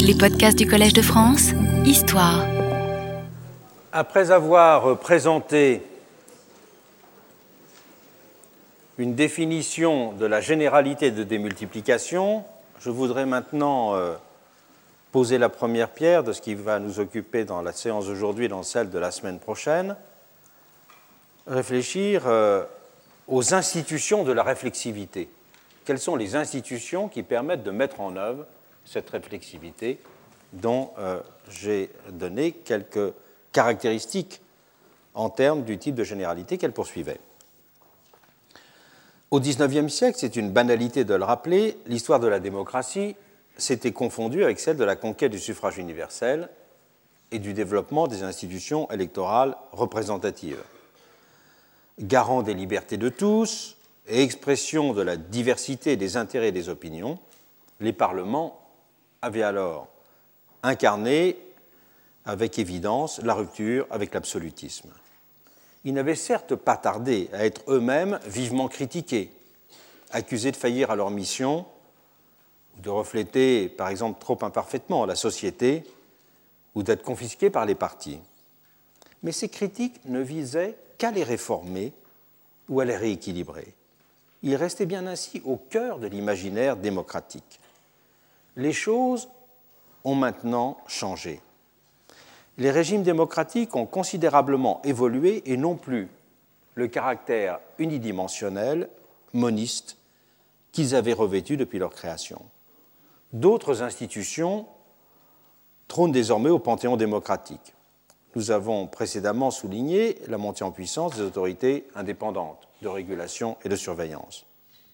Les podcasts du Collège de France, Histoire. Après avoir présenté une définition de la généralité de démultiplication, je voudrais maintenant poser la première pierre de ce qui va nous occuper dans la séance d'aujourd'hui et dans celle de la semaine prochaine, réfléchir aux institutions de la réflexivité. Quelles sont les institutions qui permettent de mettre en œuvre cette réflexivité dont j'ai donné quelques caractéristiques en termes du type de généralité qu'elle poursuivait. Au XIXe siècle, c'est une banalité de le rappeler, l'histoire de la démocratie s'était confondue avec celle de la conquête du suffrage universel et du développement des institutions électorales représentatives. Garant des libertés de tous et expression de la diversité des intérêts et des opinions, les parlements avaient alors incarné avec évidence la rupture avec l'absolutisme. Ils n'avaient certes pas tardé à être eux-mêmes vivement critiqués, accusés de faillir à leur mission, ou de refléter, par exemple, trop imparfaitement la société, ou d'être confisqués par les partis. Mais ces critiques ne visaient qu'à les réformer ou à les rééquilibrer. Ils restaient bien ainsi au cœur de l'imaginaire démocratique. Les choses ont maintenant changé. Les régimes démocratiques ont considérablement évolué et non plus le caractère unidimensionnel, moniste, qu'ils avaient revêtu depuis leur création. D'autres institutions trônent désormais au panthéon démocratique. Nous avons précédemment souligné la montée en puissance des autorités indépendantes de régulation et de surveillance.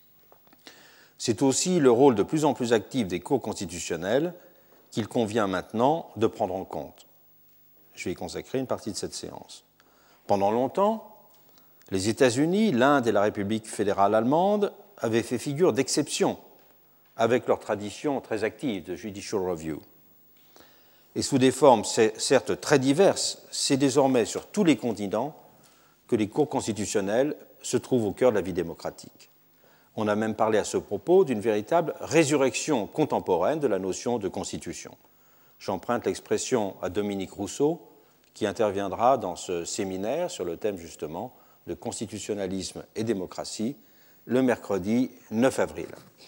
C'est aussi le rôle de plus en plus actif des cours constitutionnelles qu'il convient maintenant de prendre en compte. Je vais y consacrer une partie de cette séance. Pendant longtemps, les États-Unis, l'Inde et la République fédérale allemande avaient fait figure d'exception avec leur tradition très active de judicial review. Et sous des formes certes très diverses, c'est désormais sur tous les continents que les cours constitutionnelles se trouvent au cœur de la vie démocratique. On a même parlé à ce propos d'une véritable résurrection contemporaine de la notion de constitution. J'emprunte l'expression à Dominique Rousseau, qui interviendra dans ce séminaire sur le thème justement de constitutionnalisme et démocratie le mercredi 9 avril.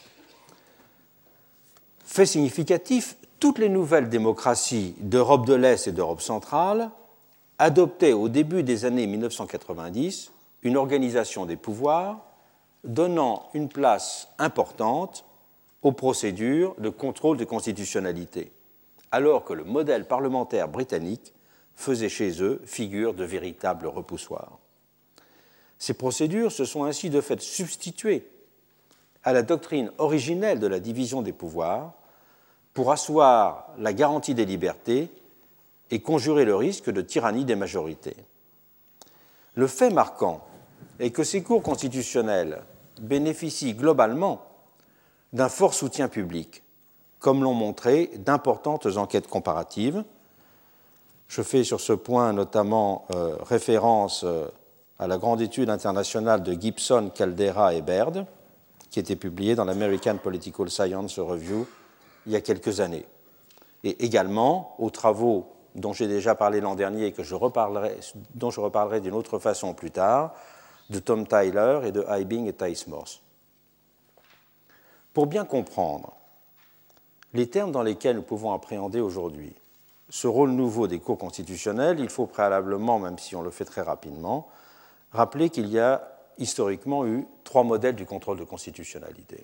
Fait significatif, toutes les nouvelles démocraties d'Europe de l'Est et d'Europe centrale adoptaient au début des années 1990 une organisation des pouvoirs donnant une place importante aux procédures de contrôle de constitutionnalité, alors que le modèle parlementaire britannique faisait chez eux figure de véritable repoussoir. Ces procédures se sont ainsi de fait substituées à la doctrine originelle de la division des pouvoirs pour asseoir la garantie des libertés et conjurer le risque de tyrannie des majorités. Le fait marquant est que ces cours constitutionnels bénéficient globalement d'un fort soutien public, comme l'ont montré d'importantes enquêtes comparatives. Je fais sur ce point notamment référence à la grande étude internationale de Gibson, Caldera et Baird, qui était publiée dans l'American Political Science Review il y a quelques années, et également aux travaux dont j'ai déjà parlé l'an dernier et dont je reparlerai d'une autre façon plus tard, de Tom Tyler et de Eibing et Thijs Mors. Pour bien comprendre les termes dans lesquels nous pouvons appréhender aujourd'hui ce rôle nouveau des cours constitutionnels, il faut préalablement, même si on le fait très rapidement, rappeler qu'il y a historiquement eu trois modèles du contrôle de constitutionnalité.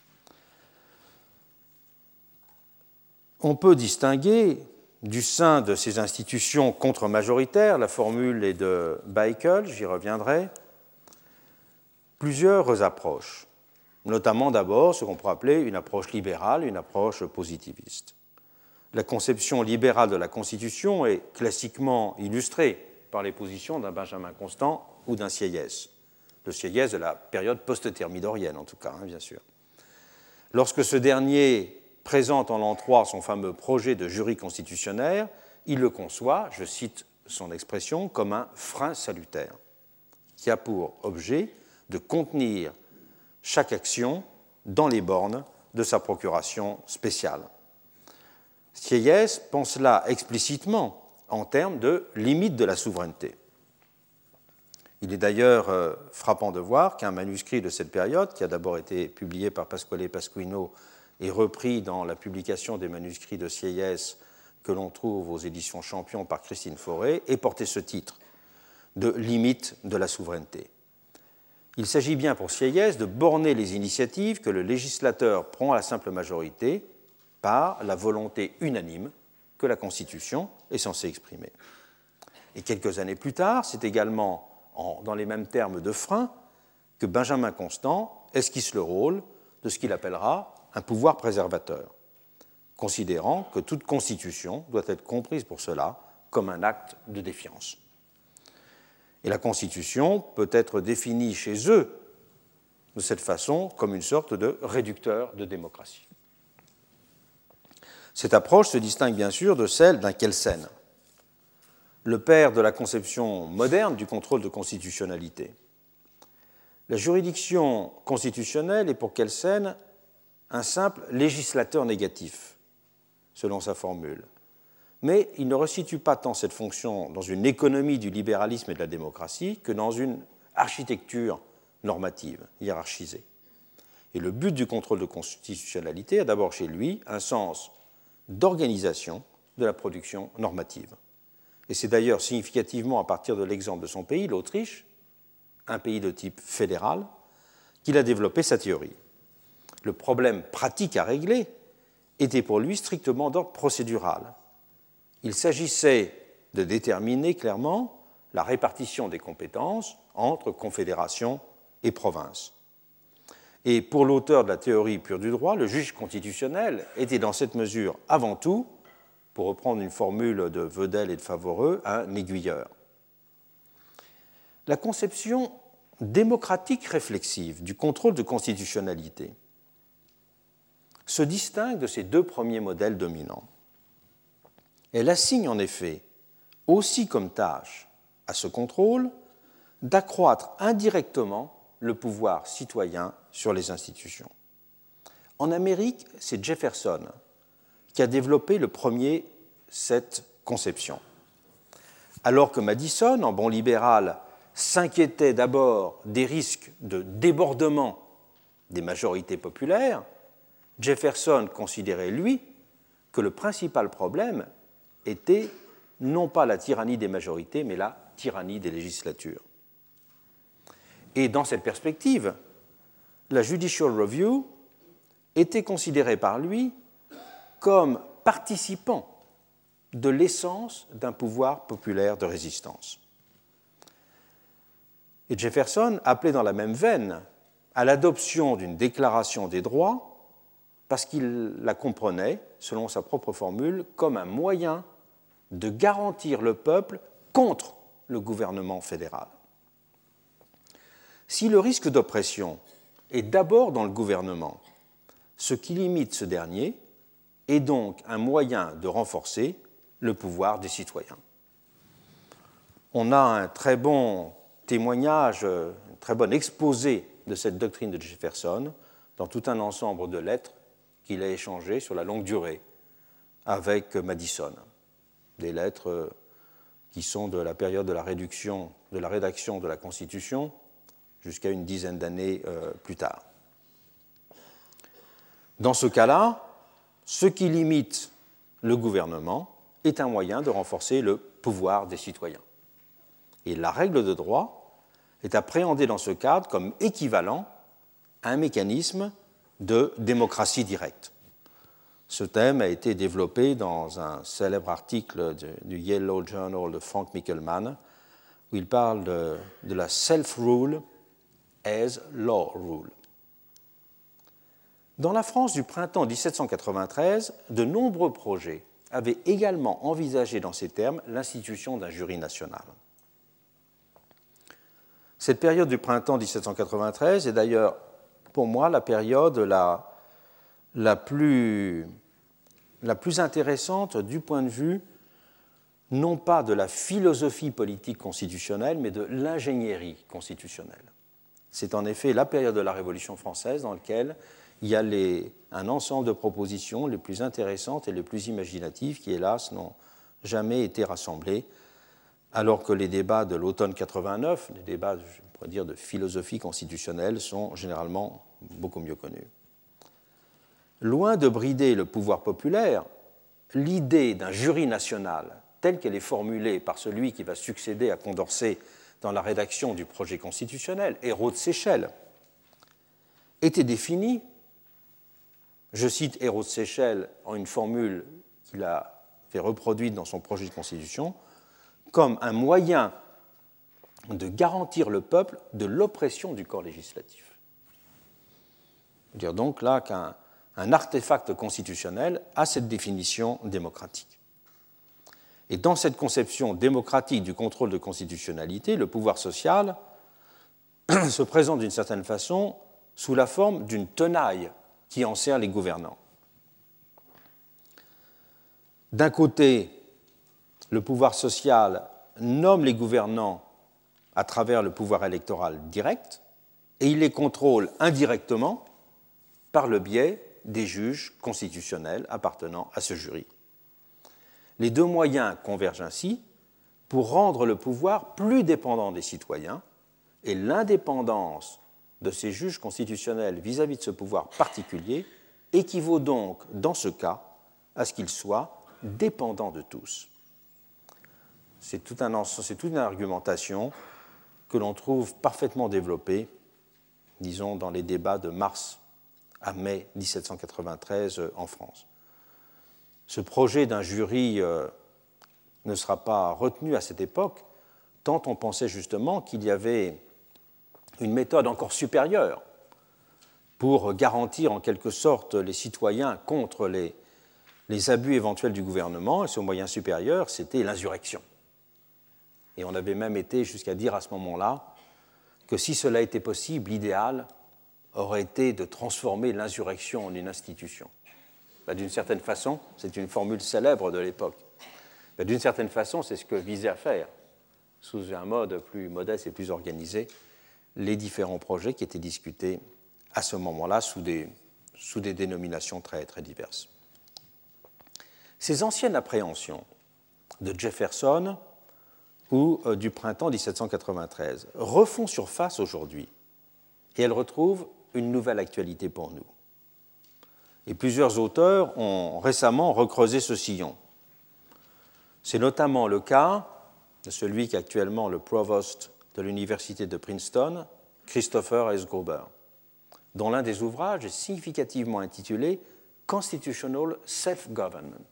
On peut distinguer du sein de ces institutions contre-majoritaires, la formule est de Beichel, j'y reviendrai, plusieurs approches, notamment d'abord ce qu'on pourrait appeler une approche libérale, une approche positiviste. La conception libérale de la Constitution est classiquement illustrée par les positions d'un Benjamin Constant ou d'un Sieyès, le Sieyès de la période post-thermidorienne en tout cas, bien sûr. Lorsque ce dernier présente en l'an 3 son fameux projet de jury constitutionnel, il le conçoit, je cite son expression, comme un frein salutaire, qui a pour objet de contenir chaque action dans les bornes de sa procuration spéciale. Sieyès pense là explicitement en termes de limite de la souveraineté. Il est d'ailleurs frappant de voir qu'un manuscrit de cette période, qui a d'abord été publié par Pasquale Pasquino et repris dans la publication des manuscrits de Sieyès que l'on trouve aux éditions Champion par Christine Fauré, ait porté ce titre de limite de la souveraineté. Il s'agit bien pour Sieyès de borner les initiatives que le législateur prend à la simple majorité par la volonté unanime que la Constitution est censée exprimer. Et quelques années plus tard, c'est également dans les mêmes termes de frein que Benjamin Constant esquisse le rôle de ce qu'il appellera un pouvoir préservateur, considérant que toute constitution doit être comprise pour cela comme un acte de défiance. Et la constitution peut être définie chez eux de cette façon comme une sorte de réducteur de démocratie. Cette approche se distingue bien sûr de celle d'un Kelsen, le père de la conception moderne du contrôle de constitutionnalité. La juridiction constitutionnelle est pour Kelsen un simple législateur négatif, selon sa formule. Mais il ne resitue pas tant cette fonction dans une économie du libéralisme et de la démocratie que dans une architecture normative, hiérarchisée. Et le but du contrôle de constitutionnalité a d'abord chez lui un sens d'organisation de la production normative. Et c'est d'ailleurs significativement à partir de l'exemple de son pays, l'Autriche, un pays de type fédéral, qu'il a développé sa théorie. Le problème pratique à régler était pour lui strictement d'ordre procédural. Il s'agissait de déterminer clairement la répartition des compétences entre confédération et province. Et pour l'auteur de la théorie pure du droit, le juge constitutionnel était dans cette mesure avant tout, pour reprendre une formule de Vedel et de Favoreux, un aiguilleur. La conception démocratique réflexive du contrôle de constitutionnalité se distingue de ces deux premiers modèles dominants. Elle assigne en effet aussi comme tâche à ce contrôle d'accroître indirectement le pouvoir citoyen sur les institutions. En Amérique, c'est Jefferson qui a développé le premier cette conception. Alors que Madison, en bon libéral, s'inquiétait d'abord des risques de débordement des majorités populaires, Jefferson considérait, lui, que le principal problème était non pas la tyrannie des majorités, mais la tyrannie des législatures. Et dans cette perspective, la Judicial Review était considérée par lui comme participant de l'essence d'un pouvoir populaire de résistance. Et Jefferson appelait dans la même veine à l'adoption d'une déclaration des droits parce qu'il la comprenait, selon sa propre formule, comme un moyen de garantir le peuple contre le gouvernement fédéral. Si le risque d'oppression est d'abord dans le gouvernement, ce qui limite ce dernier est donc un moyen de renforcer le pouvoir des citoyens. On a un très bon témoignage, un très bon exposé de cette doctrine de Jefferson dans tout un ensemble de lettres qu'il a échangées sur la longue durée avec Madison. Des lettres qui sont de la période de la rédaction de la Constitution jusqu'à une dizaine d'années plus tard. Dans ce cas-là, ce qui limite le gouvernement est un moyen de renforcer le pouvoir des citoyens. Et la règle de droit est appréhendée dans ce cadre comme équivalent à un mécanisme de démocratie directe. Ce thème a été développé dans un célèbre article du Yale Law Journal de Frank Mickelman, où il parle de la self-rule as law rule. Dans la France du printemps 1793, de nombreux projets avaient également envisagé dans ces termes l'institution d'un jury national. Cette période du printemps 1793 est d'ailleurs, pour moi, la période la plus intéressante du point de vue non pas de la philosophie politique constitutionnelle, mais de l'ingénierie constitutionnelle. C'est en effet la période de la Révolution française dans laquelle il y a un ensemble de propositions les plus intéressantes et les plus imaginatives qui, hélas, n'ont jamais été rassemblées, alors que les débats de l'automne 89, les débats, je pourrais dire, de philosophie constitutionnelle, sont généralement beaucoup mieux connus. Loin de brider le pouvoir populaire, l'idée d'un jury national, telle qu'elle est formulée par celui qui va succéder à Condorcet dans la rédaction du projet constitutionnel, Hérault de Séchelles, était définie, je cite Hérault de Séchelles en une formule qu'il a fait reproduite dans son projet de constitution, comme un moyen de garantir le peuple de l'oppression du corps législatif. C'est-à-dire donc là qu'un artefact constitutionnel a cette définition démocratique. Et dans cette conception démocratique du contrôle de constitutionnalité, le pouvoir social se présente d'une certaine façon sous la forme d'une tenaille qui enserre les gouvernants. D'un côté, le pouvoir social nomme les gouvernants à travers le pouvoir électoral direct et il les contrôle indirectement par le biais des juges constitutionnels appartenant à ce jury. Les deux moyens convergent ainsi pour rendre le pouvoir plus dépendant des citoyens et l'indépendance de ces juges constitutionnels vis-à-vis de ce pouvoir particulier équivaut donc, dans ce cas, à ce qu'ils soient dépendants de tous. C'est toute une argumentation que l'on trouve parfaitement développée, disons, dans les débats de mars à mai 1793 en France. Ce projet d'un jury ne sera pas retenu à cette époque, tant on pensait justement qu'il y avait une méthode encore supérieure pour garantir en quelque sorte les citoyens contre les abus éventuels du gouvernement, et ce moyen supérieur, c'était l'insurrection. Et on avait même été jusqu'à dire à ce moment-là que si cela était possible, l'idéal aurait été de transformer l'insurrection en une institution. D'une certaine façon, c'est une formule célèbre de l'époque. D'une certaine façon, c'est ce que visaient à faire, sous un mode plus modeste et plus organisé, les différents projets qui étaient discutés à ce moment-là sous des dénominations très, très diverses. Ces anciennes appréhensions de Jefferson ou du printemps 1793 refont surface aujourd'hui et elles retrouvent une nouvelle actualité pour nous. Et plusieurs auteurs ont récemment recreusé ce sillon. C'est notamment le cas de celui qui est actuellement le provost de l'université de Princeton, Christopher S. Gruber, dont l'un des ouvrages est significativement intitulé « Constitutional Self-Government »,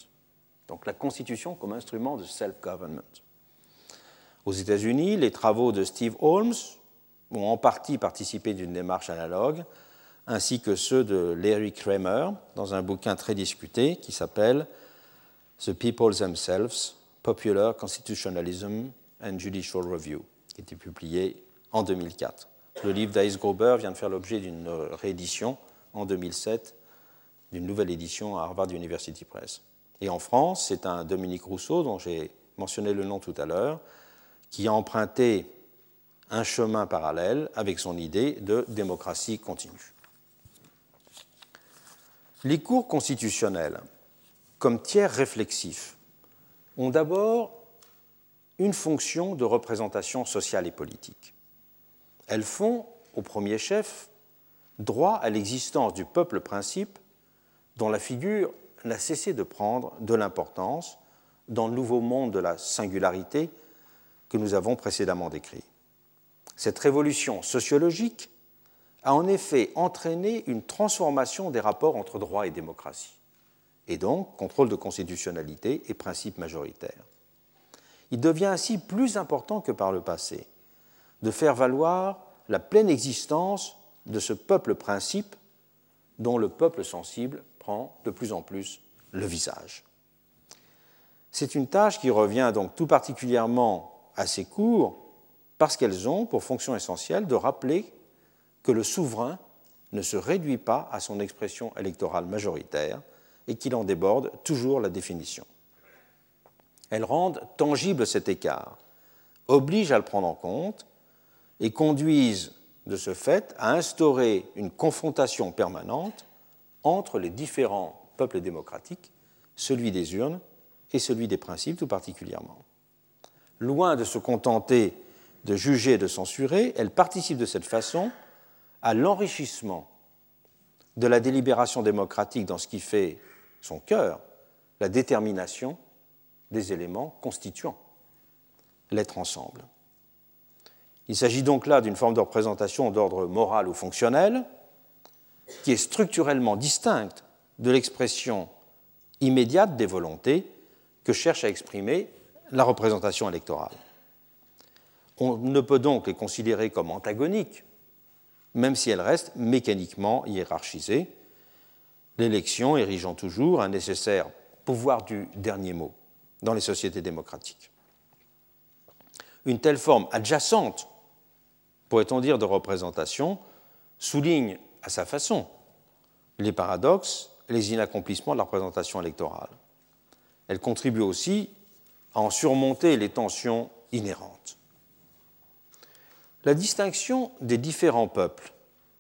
donc la Constitution comme instrument de self-government. Aux États-Unis, les travaux de Steve Holmes ont en partie participé d'une démarche analogue, ainsi que ceux de Larry Kramer, dans un bouquin très discuté qui s'appelle « The People Themselves, Popular Constitutionalism and Judicial Review », qui a été publié en 2004. Le livre d'Ice Gruber vient de faire l'objet d'une réédition en 2007, d'une nouvelle édition à Harvard University Press. Et en France, c'est un Dominique Rousseau, dont j'ai mentionné le nom tout à l'heure, qui a emprunté un chemin parallèle avec son idée de démocratie continue. Les cours constitutionnels, comme tiers réflexifs, ont d'abord une fonction de représentation sociale et politique. Elles font, au premier chef, droit à l'existence du peuple principe dont la figure n'a cessé de prendre de l'importance dans le nouveau monde de la singularité que nous avons précédemment décrit. Cette révolution sociologique a en effet entraîné une transformation des rapports entre droit et démocratie, et donc contrôle de constitutionnalité et principe majoritaire. Il devient ainsi plus important que par le passé de faire valoir la pleine existence de ce peuple principe dont le peuple sensible prend de plus en plus le visage. C'est une tâche qui revient donc tout particulièrement à ces cours parce qu'elles ont pour fonction essentielle de rappeler que le souverain ne se réduit pas à son expression électorale majoritaire et qu'il en déborde toujours la définition. Elles rendent tangible cet écart, obligent à le prendre en compte et conduisent de ce fait à instaurer une confrontation permanente entre les différents peuples démocratiques, celui des urnes et celui des principes tout particulièrement. Loin de se contenter de juger et de censurer, elle participe de cette façon à l'enrichissement de la délibération démocratique dans ce qui fait son cœur, la détermination des éléments constituant l'être ensemble. Il s'agit donc là d'une forme de représentation d'ordre moral ou fonctionnel qui est structurellement distincte de l'expression immédiate des volontés que cherche à exprimer la représentation électorale. On ne peut donc les considérer comme antagoniques, même si elles restent mécaniquement hiérarchisées, l'élection érigeant toujours un nécessaire pouvoir du dernier mot dans les sociétés démocratiques. Une telle forme adjacente, pourrait-on dire, de représentation souligne à sa façon les paradoxes et les inaccomplissements de la représentation électorale. Elle contribue aussi à en surmonter les tensions inhérentes. La distinction des différents peuples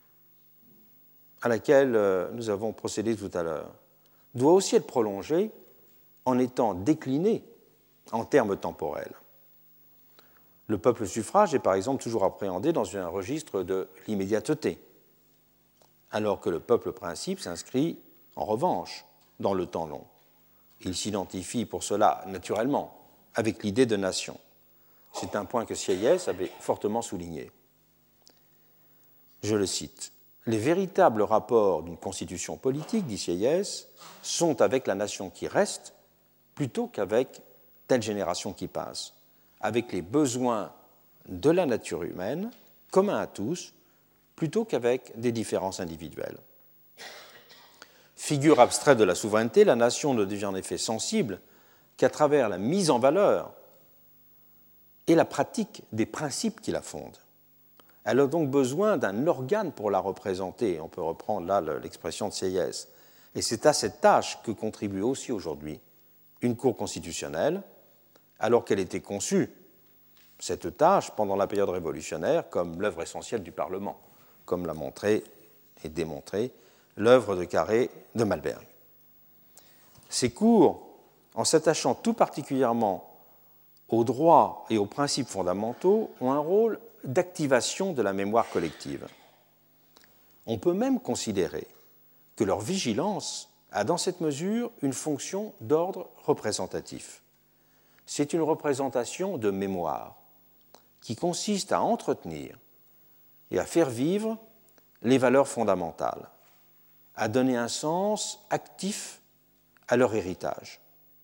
à laquelle nous avons procédé tout à l'heure doit aussi être prolongée en étant déclinée en termes temporels. Le peuple suffrage est par exemple toujours appréhendé dans un registre de l'immédiateté, alors que le peuple principe s'inscrit en revanche dans le temps long. Il s'identifie pour cela naturellement avec l'idée de nation. C'est un point que Sieyès avait fortement souligné. Je le cite. « Les véritables rapports d'une constitution politique, dit Sieyès, sont avec la nation qui reste plutôt qu'avec telle génération qui passe, avec les besoins de la nature humaine, communs à tous, plutôt qu'avec des différences individuelles. Figure abstraite de la souveraineté, la nation ne devient en effet sensible qu'à travers la mise en valeur et la pratique des principes qui la fondent. Elle a donc besoin d'un organe pour la représenter. On peut reprendre là l'expression de Sieyès. Et c'est à cette tâche que contribue aussi aujourd'hui une Cour constitutionnelle, alors qu'elle était conçue, cette tâche, pendant la période révolutionnaire, comme l'œuvre essentielle du Parlement, comme l'a montré et démontré l'œuvre de Carré de Malberg. Ces cours, en s'attachant tout particulièrement aux droits et aux principes fondamentaux, ont un rôle d'activation de la mémoire collective. On peut même considérer que leur vigilance a dans cette mesure une fonction d'ordre représentatif. C'est une représentation de mémoire qui consiste à entretenir et à faire vivre les valeurs fondamentales, à donner un sens actif à leur héritage.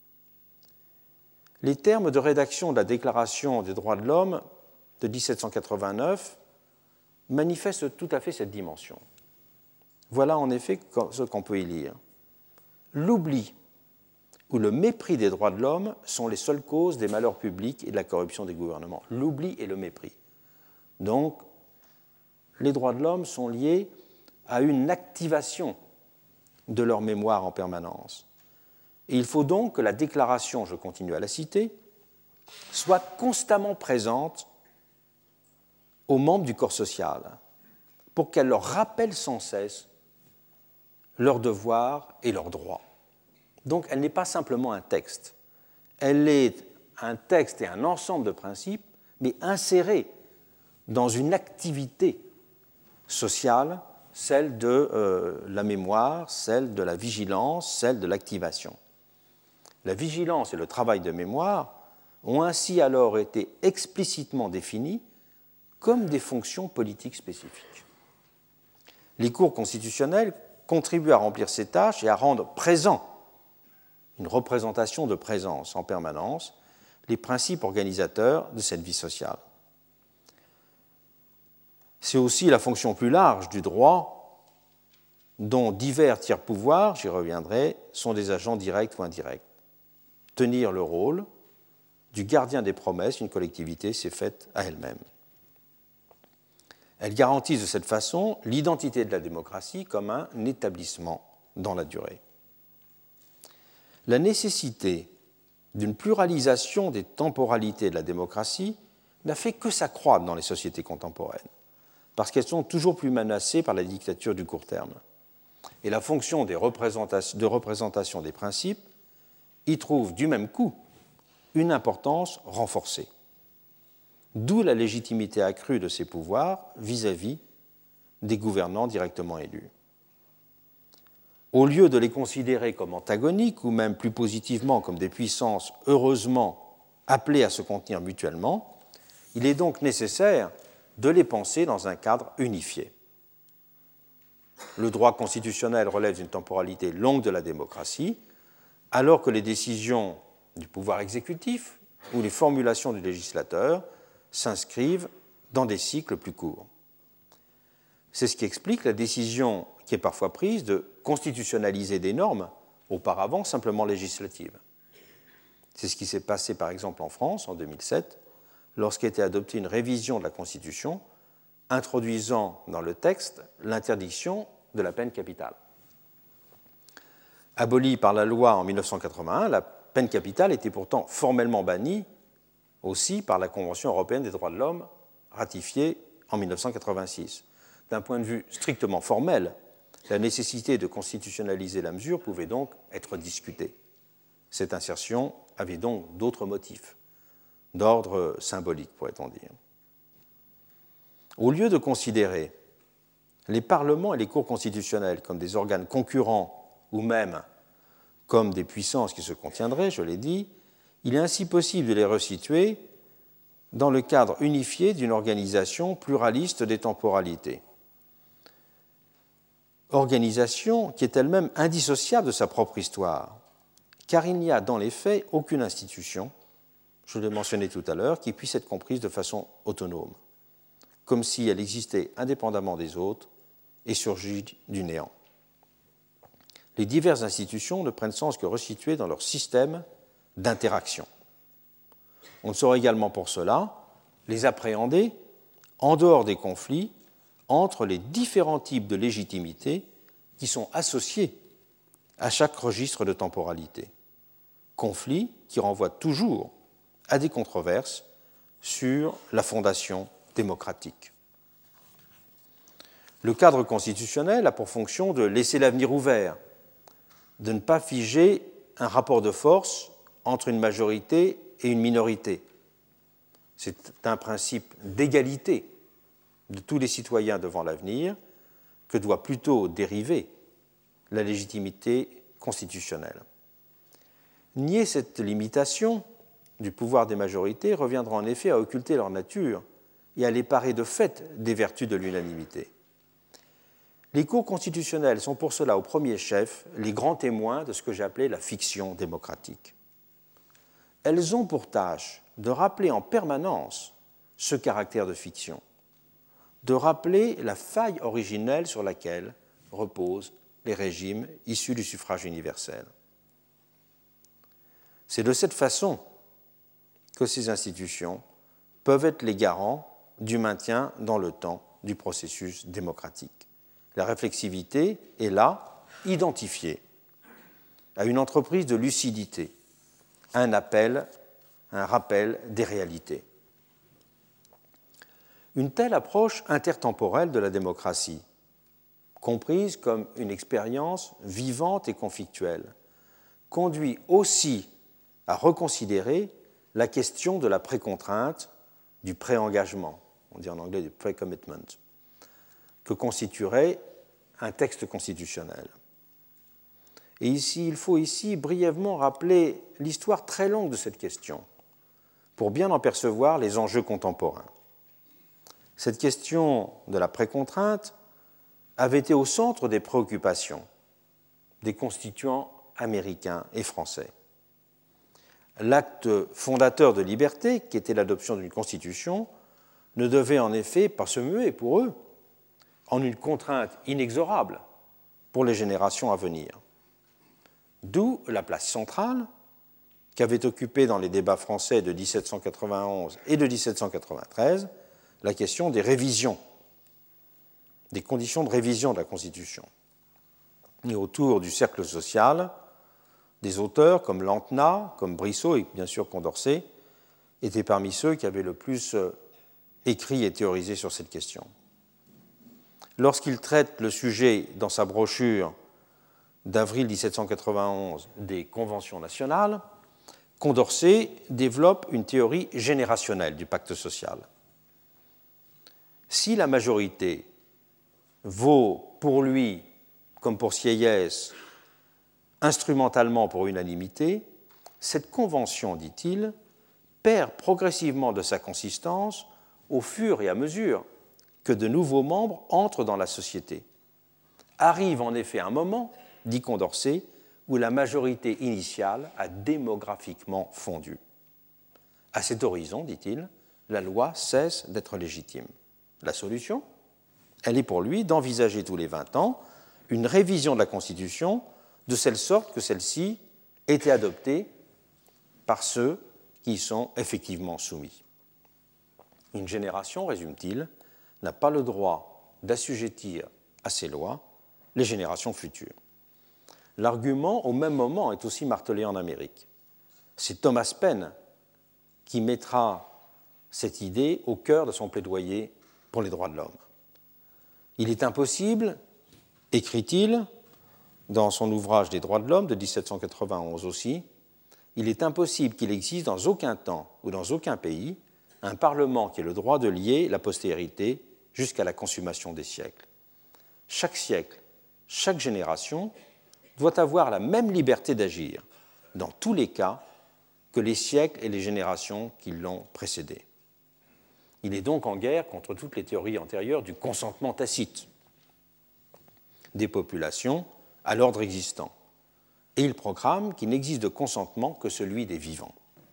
Les termes de rédaction de la Déclaration des droits de l'homme de 1789 manifestent tout à fait cette dimension. Voilà en effet ce qu'on peut y lire. L'oubli ou le mépris des droits de l'homme sont les seules causes des malheurs publics et de la corruption des gouvernements. L'oubli et le mépris. Donc, les droits de l'homme sont liés à une activation de leur mémoire en permanence. Et il faut donc que la déclaration, je continue à la citer, soit constamment présente aux membres du corps social pour qu'elle leur rappelle sans cesse leurs devoirs et leurs droits. Donc elle n'est pas simplement un texte, elle est un texte et un ensemble de principes, mais insérés dans une activité sociale, celle de la mémoire, celle de la vigilance, celle de l'activation. La vigilance et le travail de mémoire ont ainsi alors été explicitement définis comme des fonctions politiques spécifiques. Les cours constitutionnels contribuent à remplir ces tâches et à rendre présent, une représentation de présence en permanence, les principes organisateurs de cette vie sociale. C'est aussi la fonction plus large du droit, dont divers tiers-pouvoirs, j'y reviendrai, sont des agents directs ou indirects. Tenir le rôle du gardien des promesses, une collectivité s'est faite à elle-même. Elles garantissent de cette façon l'identité de la démocratie comme un établissement dans la durée. La nécessité d'une pluralisation des temporalités de la démocratie n'a fait que s'accroître dans les sociétés contemporaines, parce qu'elles sont toujours plus menacées par la dictature du court terme. et la fonction de représentation des principes y trouve du même coup une importance renforcée. D'où la légitimité accrue de ces pouvoirs vis-à-vis des gouvernants directement élus. Au lieu de les considérer comme antagoniques ou même plus positivement comme des puissances heureusement appelées à se contenir mutuellement, il est donc nécessaire de les penser dans un cadre unifié. Le droit constitutionnel relève d'une temporalité longue de la démocratie, alors que les décisions du pouvoir exécutif ou les formulations du législateur s'inscrivent dans des cycles plus courts. C'est ce qui explique la décision qui est parfois prise de constitutionnaliser des normes auparavant simplement législatives. C'est ce qui s'est passé par exemple en France en 2007, lorsqu'a été adoptée une révision de la Constitution introduisant dans le texte l'interdiction de la peine capitale. Abolie par la loi en 1981, la peine capitale était pourtant formellement bannie aussi par la Convention européenne des droits de l'homme ratifiée en 1986. D'un point de vue strictement formel, la nécessité de constitutionnaliser la mesure pouvait donc être discutée. Cette insertion avait donc d'autres motifs, d'ordre symbolique, pourrait-on dire. Au lieu de considérer les parlements et les cours constitutionnels comme des organes concurrents ou même comme des puissances qui se contiendraient, je l'ai dit, il est ainsi possible de les resituer dans le cadre unifié d'une organisation pluraliste des temporalités. Organisation qui est elle-même indissociable de sa propre histoire, car il n'y a dans les faits aucune institution, je l'ai mentionné tout à l'heure, qui puisse être comprise de façon autonome, comme si elle existait indépendamment des autres et surgit du néant. Les diverses institutions ne prennent sens que resituées dans leur système d'interaction. On saurait également pour cela les appréhender en dehors des conflits entre les différents types de légitimité qui sont associés à chaque registre de temporalité. Conflits qui renvoient toujours à des controverses sur la fondation démocratique. Le cadre constitutionnel a pour fonction de laisser l'avenir ouvert, de ne pas figer un rapport de force entre une majorité et une minorité. C'est un principe d'égalité de tous les citoyens devant l'avenir que doit plutôt dériver la légitimité constitutionnelle. Nier cette limitation du pouvoir des majorités reviendra en effet à occulter leur nature et à les parer de fait des vertus de l'unanimité. Les cours constitutionnels sont pour cela au premier chef les grands témoins de ce que j'ai appelé la fiction démocratique. Elles ont pour tâche de rappeler en permanence ce caractère de fiction, de rappeler la faille originelle sur laquelle reposent les régimes issus du suffrage universel. C'est de cette façon que ces institutions peuvent être les garants du maintien dans le temps du processus démocratique. La réflexivité est là, identifiée à une entreprise de lucidité, un rappel des réalités. Une telle approche intertemporelle de la démocratie, comprise comme une expérience vivante et conflictuelle, conduit aussi à reconsidérer la question de la précontrainte, du pré-engagement, on dit en anglais du pre-commitment, que constituerait un texte constitutionnel. Et il faut brièvement rappeler l'histoire très longue de cette question pour bien en percevoir les enjeux contemporains. Cette question de la précontrainte avait été au centre des préoccupations des constituants américains et français. L'acte fondateur de liberté, qui était l'adoption d'une constitution, ne devait en effet pas se muer pour eux en une contrainte inexorable pour les générations à venir. D'où la place centrale qu'avait occupée dans les débats français de 1791 et de 1793 la question des révisions, des conditions de révision de la Constitution. Et autour du cercle social, des auteurs comme Lanthenat, comme Brissot et bien sûr Condorcet étaient parmi ceux qui avaient le plus écrit et théorisé sur cette question. lorsqu'il traite le sujet dans sa brochure d'avril 1791 des conventions nationales, Condorcet développe une théorie générationnelle du pacte social. Si la majorité vaut pour lui, comme pour Sieyès, instrumentalement pour unanimité, cette convention, dit-il, perd progressivement de sa consistance au fur et à mesure que de nouveaux membres entrent dans la société. Arrive en effet un moment, dit Condorcet, où la majorité initiale a démographiquement fondu. À cet horizon, dit-il, la loi cesse d'être légitime. La solution, elle est pour lui d'envisager tous les 20 ans une révision de la Constitution de telle sorte que celle-ci ait été adoptée par ceux qui y sont effectivement soumis. Une génération, résume-t-il, n'a pas le droit d'assujettir à ces lois les générations futures. L'argument, au même moment, est aussi martelé en Amérique. C'est Thomas Paine qui mettra cette idée au cœur de son plaidoyer pour les droits de l'homme. Il est impossible, écrit-il, dans son ouvrage des droits de l'homme de 1791 aussi, il est impossible qu'il existe dans aucun temps ou dans aucun pays un Parlement qui ait le droit de lier la postérité jusqu'à la consommation des siècles. Chaque siècle, chaque génération doit avoir la même liberté d'agir, dans tous les cas, que les siècles et les générations qui l'ont précédé. Il est donc en guerre contre toutes les théories antérieures du consentement tacite des populations à l'ordre existant, et il proclame qu'il n'existe de consentement que celui des vivants.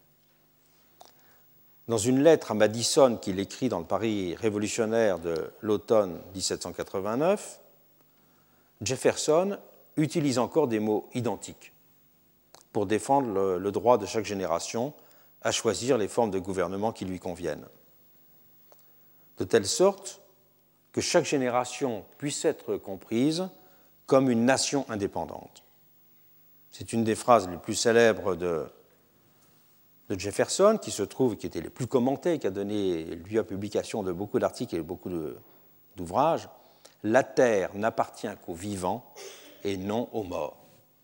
Dans une lettre à Madison qu'il écrit dans le Paris révolutionnaire de l'automne 1789, Jefferson utilise encore des mots identiques pour défendre le droit de chaque génération à choisir les formes de gouvernement qui lui conviennent, de telle sorte que chaque génération puisse être comprise comme une nation indépendante. C'est une des phrases les plus célèbres de Jefferson, qui se trouve, qui était les plus commentées, qui a donné lieu à publication de beaucoup d'articles et beaucoup d'ouvrages. La terre n'appartient qu'aux vivants et non aux morts.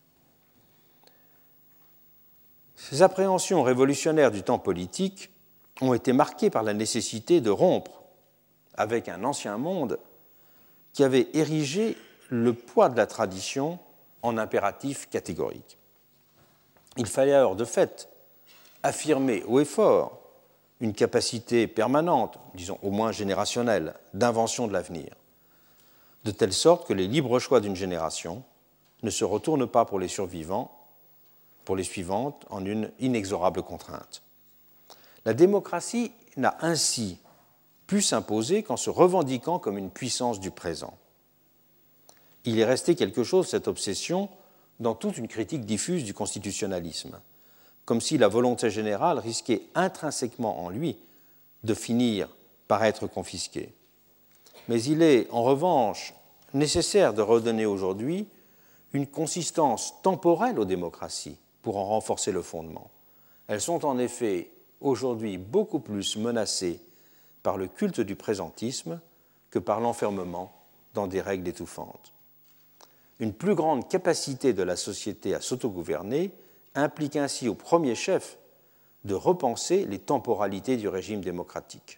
Ces appréhensions révolutionnaires du temps politique ont été marquées par la nécessité de rompre avec un ancien monde qui avait érigé le poids de la tradition en impératif catégorique. Il fallait alors, de fait, affirmer haut et fort une capacité permanente, disons au moins générationnelle, d'invention de l'avenir, de telle sorte que les libres choix d'une génération ne se retournent pas pour les survivants, pour les suivantes, en une inexorable contrainte. La démocratie n'a ainsi pu s'imposer qu'en se revendiquant comme une puissance du présent. Il est resté quelque chose de cette obsession dans toute une critique diffuse du constitutionnalisme, comme si la volonté générale risquait intrinsèquement en lui de finir par être confisquée. Mais il est en revanche nécessaire de redonner aujourd'hui une consistance temporelle aux démocraties pour en renforcer le fondement. Elles sont en effet aujourd'hui beaucoup plus menacées par le culte du présentisme que par l'enfermement dans des règles étouffantes. Une plus grande capacité de la société à s'autogouverner implique ainsi au premier chef de repenser les temporalités du régime démocratique.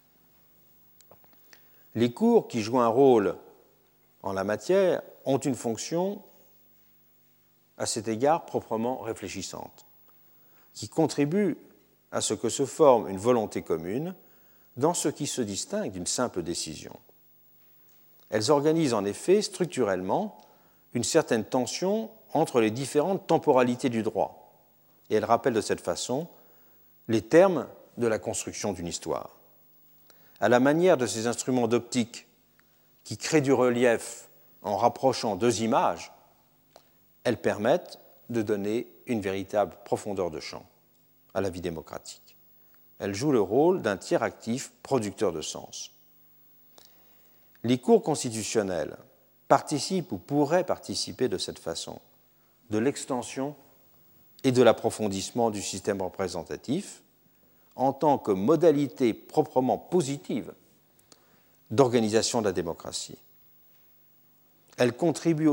Les cours qui jouent un rôle en la matière ont une fonction à cet égard proprement réfléchissante, qui contribue à ce que se forme une volonté commune dans ce qui se distingue d'une simple décision. Elles organisent en effet structurellement une certaine tension entre les différentes temporalités du droit, et elles rappellent de cette façon les termes de la construction d'une histoire. À la manière de ces instruments d'optique qui créent du relief en rapprochant deux images, elles permettent de donner une véritable profondeur de champ à la vie démocratique. Elles jouent le rôle d'un tiers actif producteur de sens. Les cours constitutionnels participent ou pourraient participer de cette façon de l'extension et de l'approfondissement du système représentatif en tant que modalité proprement positive d'organisation de la démocratie. elle contribue au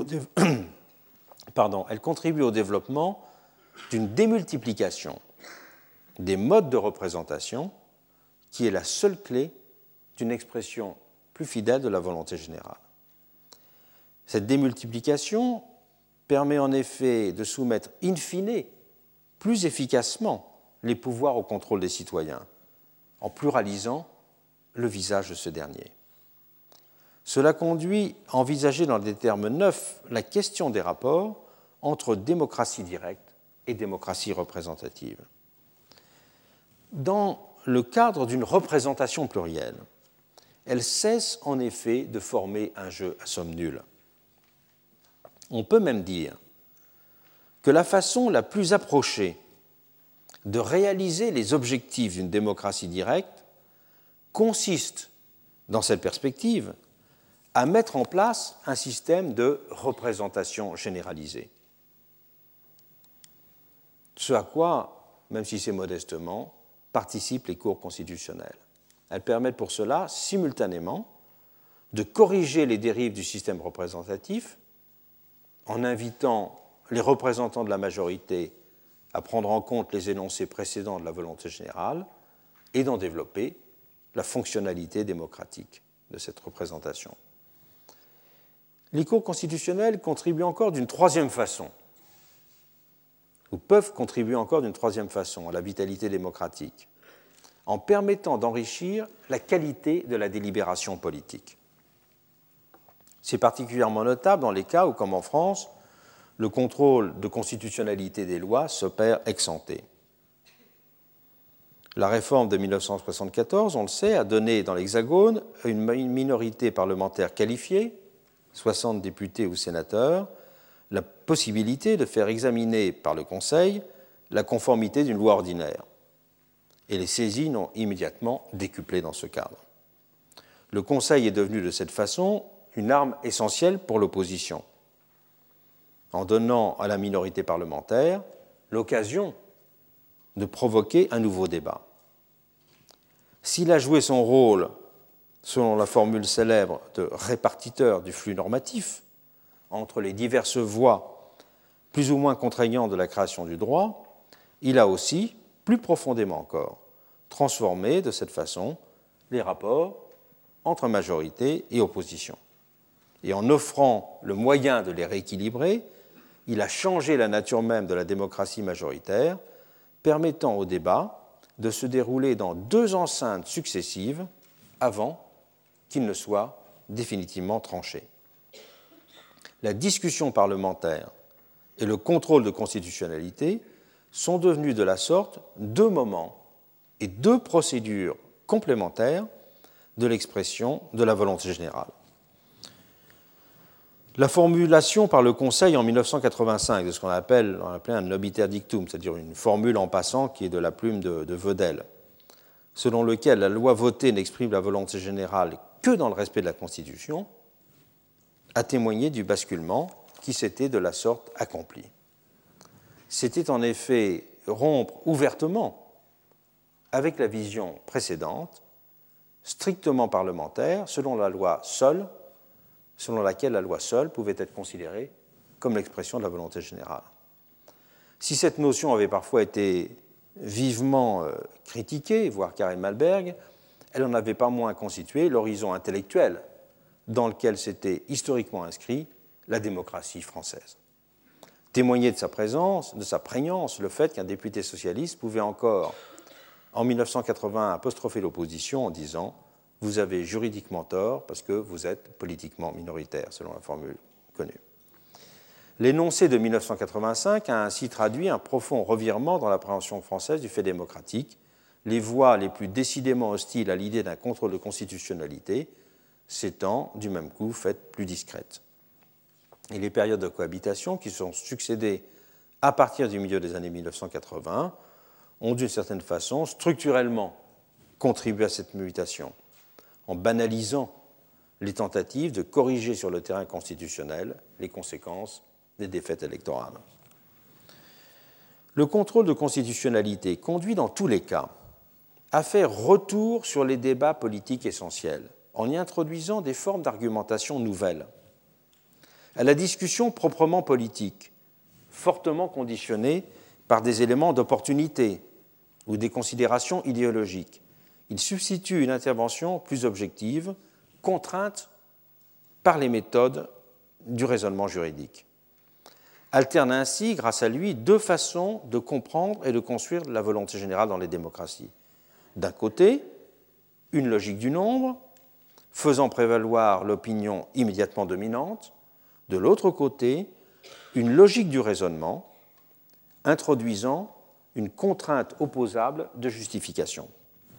développement d'une démultiplication des modes de représentation qui est la seule clé d'une expression plus fidèle de la volonté générale. Cette démultiplication permet en effet de soumettre in fine plus efficacement les pouvoirs au contrôle des citoyens, en pluralisant le visage de ce dernier. Cela conduit à envisager dans des termes neufs la question des rapports entre démocratie directe et démocratie représentative. Dans le cadre d'une représentation plurielle, elle cesse en effet de former un jeu à somme nulle. On peut même dire que la façon la plus approchée de réaliser les objectifs d'une démocratie directe consiste, dans cette perspective, à mettre en place un système de représentation généralisée. Ce à quoi, même si c'est modestement, participent les cours constitutionnelles. Elles permettent pour cela, simultanément, de corriger les dérives du système représentatif en invitant les représentants de la majorité à prendre en compte les énoncés précédents de la volonté générale et d'en développer la fonctionnalité démocratique de cette représentation. Les cours constitutionnels contribuent encore d'une troisième façon, ou peuvent contribuer encore d'une troisième façon à la vitalité démocratique, en permettant d'enrichir la qualité de la délibération politique. C'est particulièrement notable dans les cas où, comme en France, le contrôle de constitutionnalité des lois s'opère ex ante. La réforme de 1974, on le sait, a donné dans l'Hexagone une minorité parlementaire qualifiée, 60 députés ou sénateurs, la possibilité de faire examiner par le Conseil la conformité d'une loi ordinaire. Et les saisines ont immédiatement décuplé dans ce cadre. Le Conseil est devenu de cette façon une arme essentielle pour l'opposition, en donnant à la minorité parlementaire l'occasion de provoquer un nouveau débat. S'il a joué son rôle, selon la formule célèbre de répartiteur du flux normatif, entre les diverses voies plus ou moins contraignantes de la création du droit, il a aussi, plus profondément encore, transformé de cette façon les rapports entre majorité et opposition. Et en offrant le moyen de les rééquilibrer, il a changé la nature même de la démocratie majoritaire, permettant au débat de se dérouler dans deux enceintes successives avant qu'il ne soit définitivement tranché. La discussion parlementaire et le contrôle de constitutionnalité sont devenus de la sorte deux moments et deux procédures complémentaires de l'expression de la volonté générale. La formulation par le Conseil en 1985 de ce qu'on appelle un obiter dictum, c'est-à-dire une formule en passant qui est de la plume de Vedel, selon lequel la loi votée n'exprime la volonté générale que dans le respect de la Constitution, a témoigné du basculement qui s'était de la sorte accompli. C'était en effet rompre ouvertement avec la vision précédente, strictement parlementaire, selon laquelle la loi seule pouvait être considérée comme l'expression de la volonté générale. Si cette notion avait parfois été vivement critiquée, voire Karl Malberg, elle n'en avait pas moins constitué l'horizon intellectuel dans lequel s'était historiquement inscrit la démocratie française. Témoignait de sa présence, de sa prégnance, le fait qu'un député socialiste pouvait encore, en 1980, apostropher l'opposition en disant « Vous avez juridiquement tort parce que vous êtes politiquement minoritaire », selon la formule connue. L'énoncé de 1985 a ainsi traduit un profond revirement dans l'appréhension française du fait démocratique, les voix les plus décidément hostiles à l'idée d'un contrôle de constitutionnalité s'étant, du même coup, faites plus discrètes. Et les périodes de cohabitation qui se sont succédées à partir du milieu des années 1980 ont, d'une certaine façon, structurellement contribué à cette mutation, en banalisant les tentatives de corriger sur le terrain constitutionnel les conséquences des défaites électorales. Le contrôle de constitutionnalité conduit dans tous les cas à faire retour sur les débats politiques essentiels, en y introduisant des formes d'argumentation nouvelles. à la discussion proprement politique, fortement conditionnée par des éléments d'opportunité ou des considérations idéologiques. Il substitue une intervention plus objective, contrainte par les méthodes du raisonnement juridique. Alterne ainsi, grâce à lui, deux façons de comprendre et de construire la volonté générale dans les démocraties. D'un côté, une logique du nombre, faisant prévaloir l'opinion immédiatement dominante. De l'autre côté, une logique du raisonnement, introduisant une contrainte opposable de justification.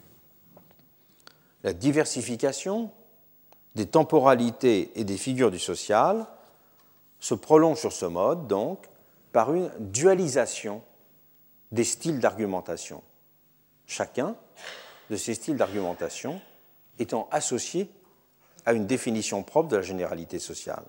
La diversification des temporalités et des figures du social se prolonge sur ce mode, donc, par une dualisation des styles d'argumentation. Chacun de ces styles d'argumentation étant associé à une définition propre de la généralité sociale.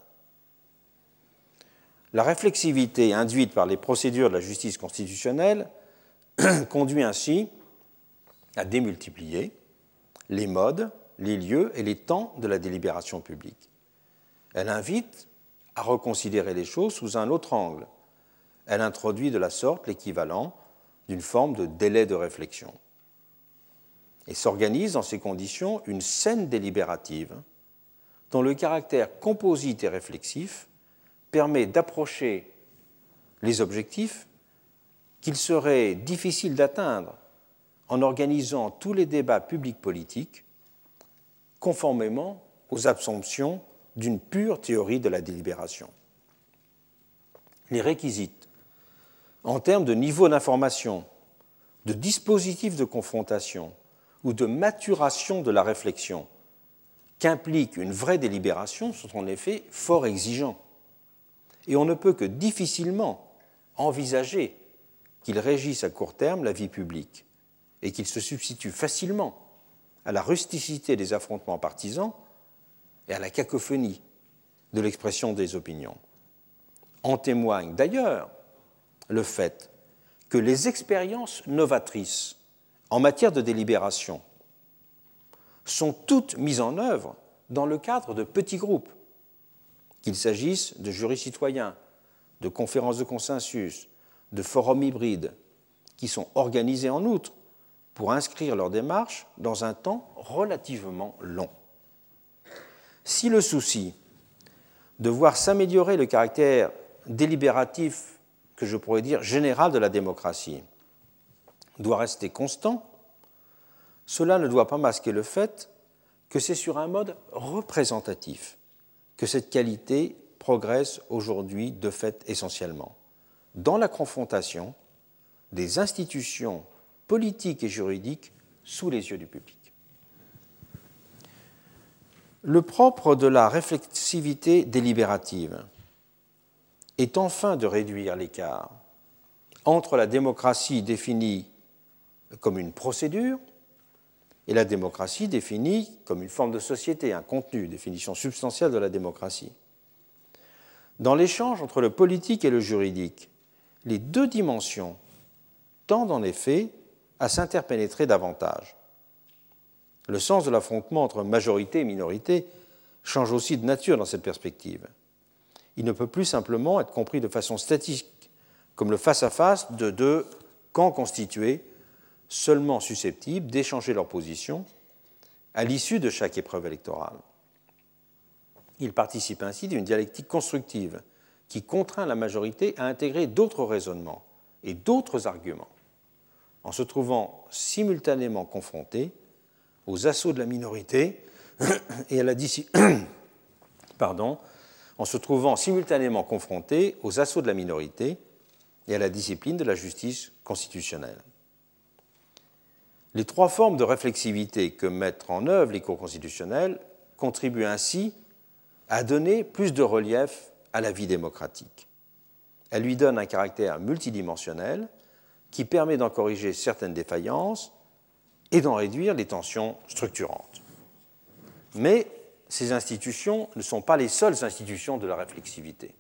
La réflexivité induite par les procédures de la justice constitutionnelle conduit ainsi à démultiplier les modes, les lieux et les temps de la délibération publique. Elle invite à reconsidérer les choses sous un autre angle. Elle introduit de la sorte l'équivalent d'une forme de délai de réflexion. Et s'organise dans ces conditions une scène délibérative dont le caractère composite et réflexif permet d'approcher les objectifs qu'il serait difficile d'atteindre en organisant tous les débats publics politiques conformément aux assumptions d'une pure théorie de la délibération. Les réquisites en termes de niveau d'information, de dispositifs de confrontation ou de maturation de la réflexion qu'implique une vraie délibération sont en effet fort exigeants. Et on ne peut que difficilement envisager qu'ils régissent à court terme la vie publique et qu'ils se substituent facilement à la rusticité des affrontements partisans et à la cacophonie de l'expression des opinions. En témoigne d'ailleurs le fait que les expériences novatrices en matière de délibération sont toutes mises en œuvre dans le cadre de petits groupes, qu'il s'agisse de jurys citoyens, de conférences de consensus, de forums hybrides, qui sont organisés en outre pour inscrire leur démarche dans un temps relativement long. Si le souci de voir s'améliorer le caractère délibératif, que je pourrais dire général de la démocratie, doit rester constant, cela ne doit pas masquer le fait que c'est sur un mode représentatif que cette qualité progresse aujourd'hui de fait essentiellement, dans la confrontation des institutions politiques et juridiques sous les yeux du public. Le propre de la réflexivité délibérative est enfin de réduire l'écart entre la démocratie définie comme une procédure et la démocratie définie comme une forme de société, un contenu, définition substantielle de la démocratie. Dans l'échange entre le politique et le juridique, les deux dimensions tendent en effet à s'interpénétrer davantage. Le sens de l'affrontement entre majorité et minorité change aussi de nature dans cette perspective. Il ne peut plus simplement être compris de façon statique, comme le face-à-face de deux camps constitués, seulement susceptibles d'échanger leurs positions à l'issue de chaque épreuve électorale. Il participe ainsi d'une dialectique constructive qui contraint la majorité à intégrer d'autres raisonnements et d'autres arguments, en se trouvant simultanément confrontée aux assauts de la minorité et à la en se trouvant simultanément confrontée aux assauts de la minorité et à la discipline de la justice constitutionnelle. Les trois formes de réflexivité que mettent en œuvre les cours constitutionnels contribuent ainsi à donner plus de relief à la vie démocratique. Elles lui donnent un caractère multidimensionnel qui permet d'en corriger certaines défaillances et d'en réduire les tensions structurantes. Mais ces institutions ne sont pas les seules institutions de la réflexivité.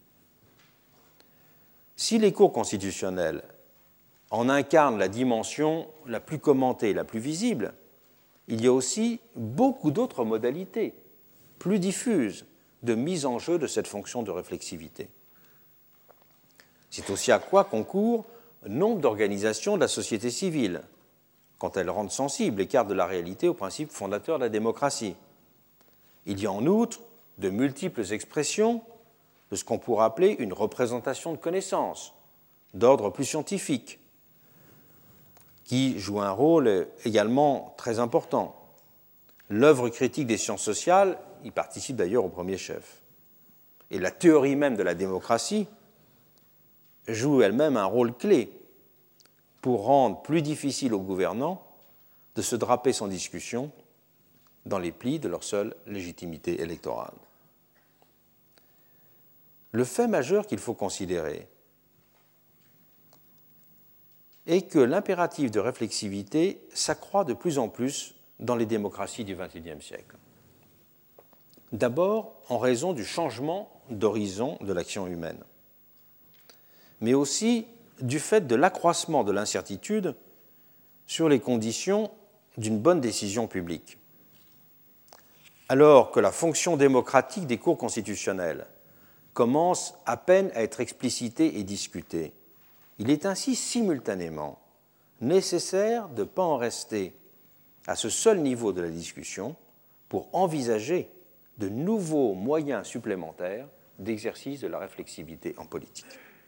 Si les cours constitutionnels en incarnent la dimension la plus commentée, la plus visible, il y a aussi beaucoup d'autres modalités, plus diffuses, de mise en jeu de cette fonction de réflexivité. C'est aussi à quoi concourent nombre d'organisations de la société civile, quand elles rendent sensible l'écart de la réalité aux principes fondateurs de la démocratie. Il y a en outre de multiples expressions de ce qu'on pourrait appeler une représentation de connaissances, d'ordre plus scientifique, qui joue un rôle également très important. L'œuvre critique des sciences sociales y participe d'ailleurs au premier chef. Et la théorie même de la démocratie joue elle-même un rôle clé pour rendre plus difficile aux gouvernants de se draper sans discussion dans les plis de leur seule légitimité électorale. Le fait majeur qu'il faut considérer est que l'impératif de réflexivité s'accroît de plus en plus dans les démocraties du XXIe siècle. D'abord en raison du changement d'horizon de l'action humaine, mais aussi du fait de l'accroissement de l'incertitude sur les conditions d'une bonne décision publique. Alors que la fonction démocratique des cours constitutionnelles commence à peine à être explicitée et discutée, il est ainsi simultanément nécessaire de ne pas en rester à ce seul niveau de la discussion pour envisager de nouveaux moyens supplémentaires d'exercice de la réflexivité en politique.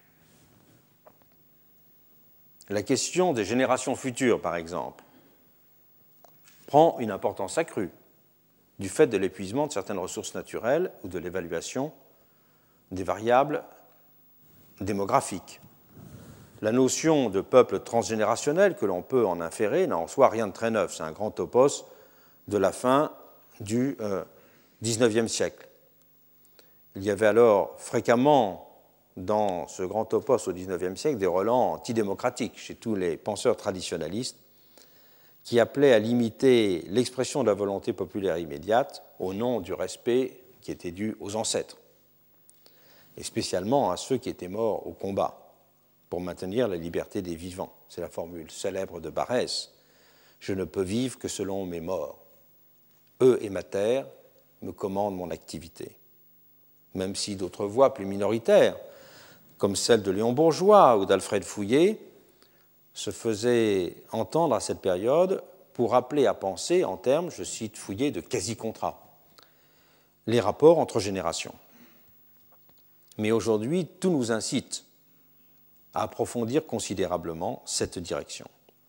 La question des générations futures, par exemple, prend une importance accrue du fait de l'épuisement de certaines ressources naturelles ou de l'évaluation des variables démographiques. La notion de peuple transgénérationnel que l'on peut en inférer n'a en soi rien de très neuf. C'est un grand topos de la fin du XIXe siècle. Il y avait alors fréquemment dans ce grand topos au XIXe siècle des relents antidémocratiques chez tous les penseurs traditionnalistes qui appelaient à limiter l'expression de la volonté populaire immédiate au nom du respect qui était dû aux ancêtres, et spécialement à ceux qui étaient morts au combat pour maintenir la liberté des vivants. C'est la formule célèbre de Barrès. « Je ne peux vivre que selon mes morts. Eux et ma terre me commandent mon activité. » Même si d'autres voix plus minoritaires, comme celle de Léon Bourgeois ou d'Alfred Fouillé, se faisaient entendre à cette période pour appeler à penser en termes, je cite Fouillé, de quasi-contrat, les rapports entre générations. Mais aujourd'hui, tout nous incite à approfondir considérablement cette direction.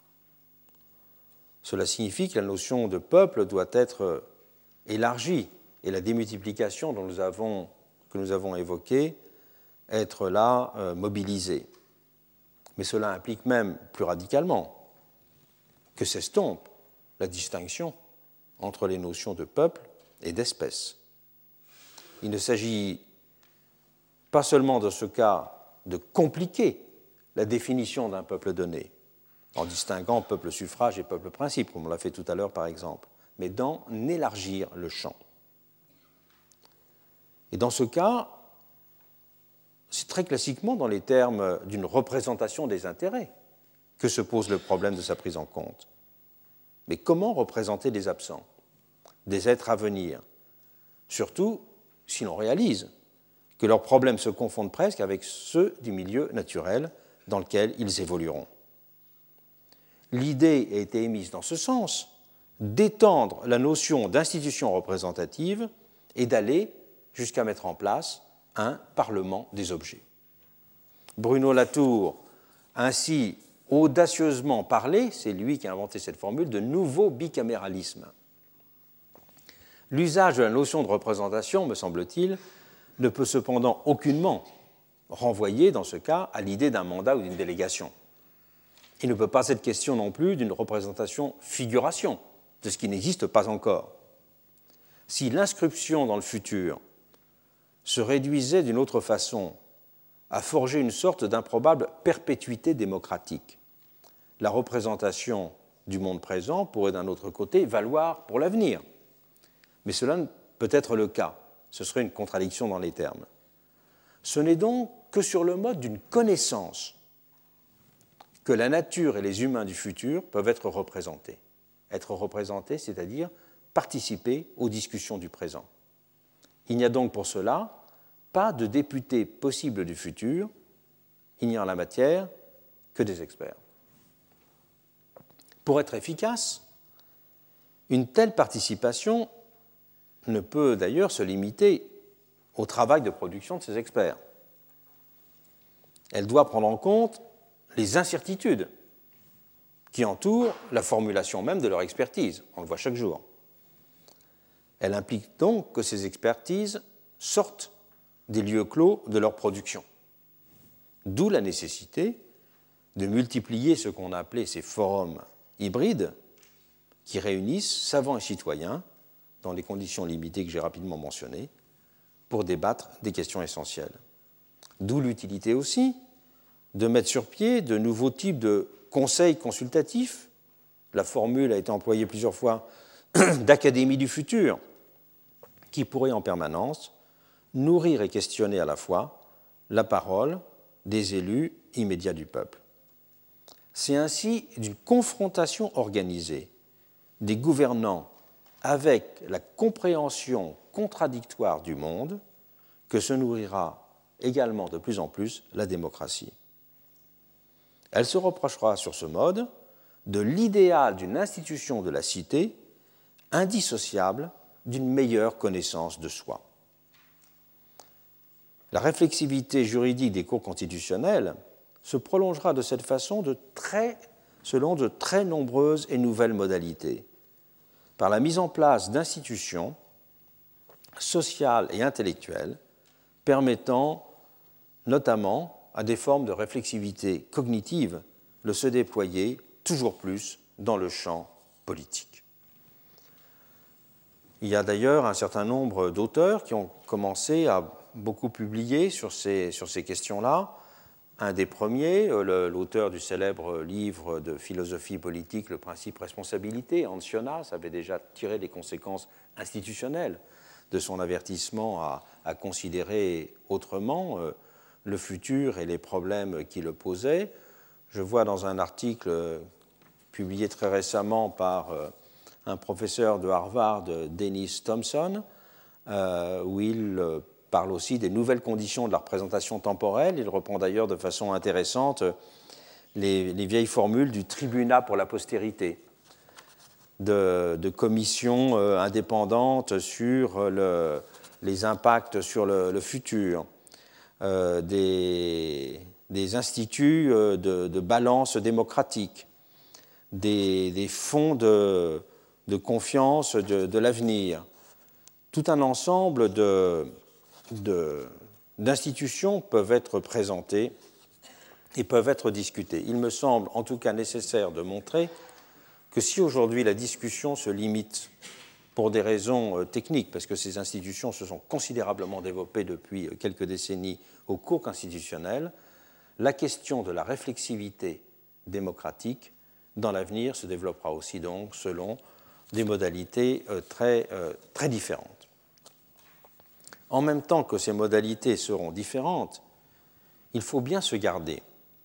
Cela signifie que la notion de peuple doit être élargie et la démultiplication que nous avons évoquée être là mobilisée. Mais cela implique même plus radicalement que s'estompe la distinction entre les notions de peuple et d'espèce. Il ne s'agit pas seulement dans ce cas de compliquer la définition d'un peuple donné, en distinguant peuple suffrage et peuple principe, comme on l'a fait tout à l'heure par exemple, mais d'en élargir le champ. Et dans ce cas, c'est très classiquement dans les termes d'une représentation des intérêts que se pose le problème de sa prise en compte. Mais comment représenter des absents, des êtres à venir, surtout si l'on réalise que leurs problèmes se confondent presque avec ceux du milieu naturel dans lequel ils évolueront. L'idée a été émise dans ce sens d'étendre la notion d'institution représentative et d'aller jusqu'à mettre en place un parlement des objets. Bruno Latour a ainsi audacieusement parlé, c'est lui qui a inventé cette formule, de nouveau bicaméralisme. L'usage de la notion de représentation, me semble-t-il, ne peut cependant aucunement renvoyer, dans ce cas, à l'idée d'un mandat ou d'une délégation. Il ne peut pas être question non plus d'une représentation-figuration de ce qui n'existe pas encore. Si l'inscription dans le futur se réduisait d'une autre façon à forger une sorte d'improbable perpétuité démocratique, la représentation du monde présent pourrait d'un autre côté valoir pour l'avenir. Mais cela ne peut être le cas. Ce serait une contradiction dans les termes. Ce n'est donc que sur le mode d'une connaissance que la nature et les humains du futur peuvent être représentés. Être représentés, c'est-à-dire participer aux discussions du présent. Il n'y a donc pour cela pas de député possible du futur, il n'y a en la matière que des experts. Pour être efficace, une telle participation ne peut d'ailleurs se limiter au travail de production de ces experts. Elle doit prendre en compte les incertitudes qui entourent la formulation même de leur expertise. On le voit chaque jour. Elle implique donc que ces expertises sortent des lieux clos de leur production. D'où la nécessité de multiplier ce qu'on a appelé ces forums hybrides qui réunissent savants et citoyens dans les conditions limitées que j'ai rapidement mentionnées pour débattre des questions essentielles. D'où l'utilité aussi de mettre sur pied de nouveaux types de conseils consultatifs. La formule a été employée plusieurs fois d'académie du futur, qui pourrait en permanence nourrir et questionner à la fois la parole des élus immédiats du peuple. C'est ainsi d'une confrontation organisée des gouvernants avec la compréhension contradictoire du monde que se nourrira également de plus en plus la démocratie. Elle se reprochera sur ce mode de l'idéal d'une institution de la cité indissociable d'une meilleure connaissance de soi. La réflexivité juridique des cours constitutionnels se prolongera de cette façon selon de très nombreuses et nouvelles modalités, par la mise en place d'institutions sociales et intellectuelles permettant notamment à des formes de réflexivité cognitive de se déployer toujours plus dans le champ politique. Il y a d'ailleurs un certain nombre d'auteurs qui ont commencé à beaucoup publier sur ces questions-là. Un des premiers, l'auteur du célèbre livre de philosophie politique, Le principe responsabilité, Hans Jonas, avait déjà tiré les conséquences institutionnelles de son avertissement à considérer autrement le futur et les problèmes qui le posaient. Je vois dans un article publié très récemment par un professeur de Harvard, Dennis Thompson, où il parle aussi des nouvelles conditions de la représentation temporelle. Il reprend d'ailleurs de façon intéressante les vieilles formules du tribunat pour la postérité, de commissions indépendantes sur les impacts sur le futur, des instituts de balance démocratique, des fonds de confiance de l'avenir, tout un ensemble d'institutions peuvent être présentées et peuvent être discutées. Il me semble en tout cas nécessaire de montrer que si aujourd'hui la discussion se limite pour des raisons techniques, parce que ces institutions se sont considérablement développées depuis quelques décennies au cours constitutionnel, la question de la réflexivité démocratique dans l'avenir se développera aussi donc selon des modalités très différentes. En même temps que ces modalités seront différentes, il faut bien se garder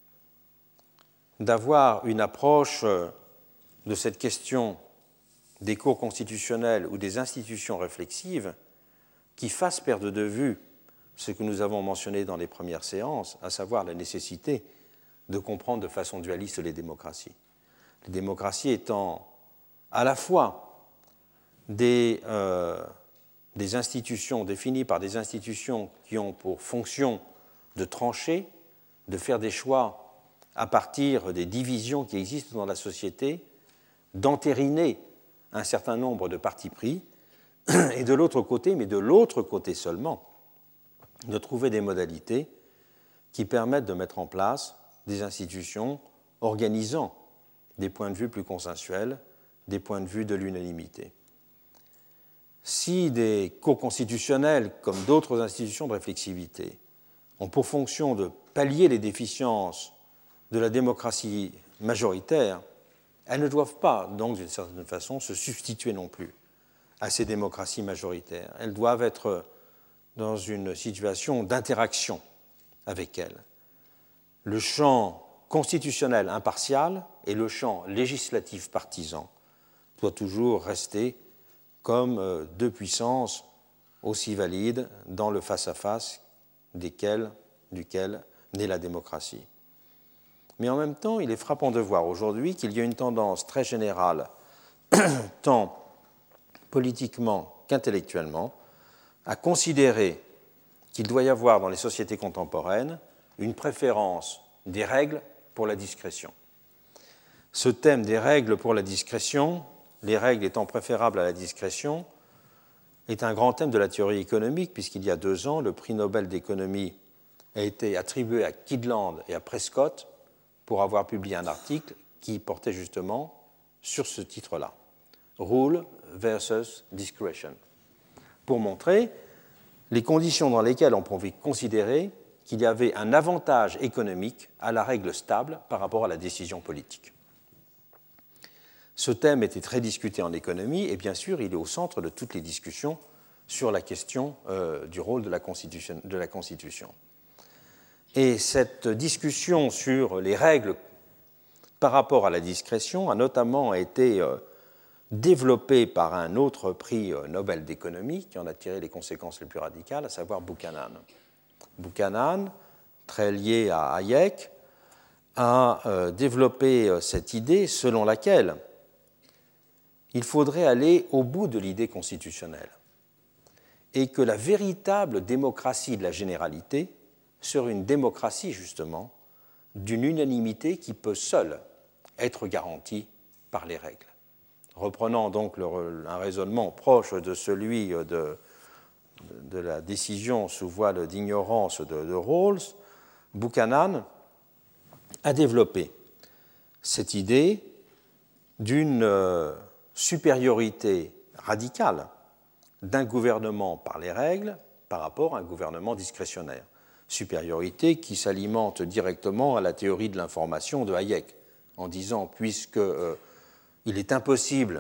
d'avoir une approche de cette question des cours constitutionnels ou des institutions réflexives qui fasse perdre de vue ce que nous avons mentionné dans les premières séances, à savoir la nécessité de comprendre de façon dualiste les démocraties. Les démocraties étant à la fois des institutions définies par des institutions qui ont pour fonction de trancher, de faire des choix à partir des divisions qui existent dans la société, d'entériner un certain nombre de partis pris, et de l'autre côté, mais de l'autre côté seulement, de trouver des modalités qui permettent de mettre en place des institutions organisant des points de vue plus consensuels, des points de vue de l'unanimité. Si des cours constitutionnels, comme d'autres institutions de réflexivité, ont pour fonction de pallier les déficiences de la démocratie majoritaire, elles ne doivent pas, donc, d'une certaine façon, se substituer non plus à ces démocraties majoritaires. Elles doivent être dans une situation d'interaction avec elles. Le champ constitutionnel impartial et le champ législatif partisan doivent toujours rester comme deux puissances aussi valides dans le face-à-face duquel naît la démocratie. Mais en même temps, il est frappant de voir aujourd'hui qu'il y a une tendance très générale, tant politiquement qu'intellectuellement, à considérer qu'il doit y avoir dans les sociétés contemporaines une préférence des règles pour la discrétion. Ce thème des règles pour la discrétion, les règles étant préférables à la discrétion, est un grand thème de la théorie économique, puisqu'il y a 2 ans, le prix Nobel d'économie a été attribué à Kydland et à Prescott pour avoir publié un article qui portait justement sur ce titre-là, Rule versus Discretion, pour montrer les conditions dans lesquelles on pouvait considérer qu'il y avait un avantage économique à la règle stable par rapport à la décision politique. Ce thème était très discuté en économie et bien sûr, il est au centre de toutes les discussions sur la question du rôle de la Constitution. Et cette discussion sur les règles par rapport à la discrétion a notamment été développée par un autre prix Nobel d'économie qui en a tiré les conséquences les plus radicales, à savoir Buchanan. Buchanan, très lié à Hayek, a développé cette idée selon laquelle il faudrait aller au bout de l'idée constitutionnelle et que la véritable démocratie de la généralité serait une démocratie, justement, d'une unanimité qui peut seule être garantie par les règles. Reprenant donc un raisonnement proche de celui de la décision sous voile d'ignorance de Rawls, Buchanan a développé cette idée d'une supériorité radicale d'un gouvernement par les règles par rapport à un gouvernement discrétionnaire. Supériorité qui s'alimente directement à la théorie de l'information de Hayek, en disant, puisqu'il est impossible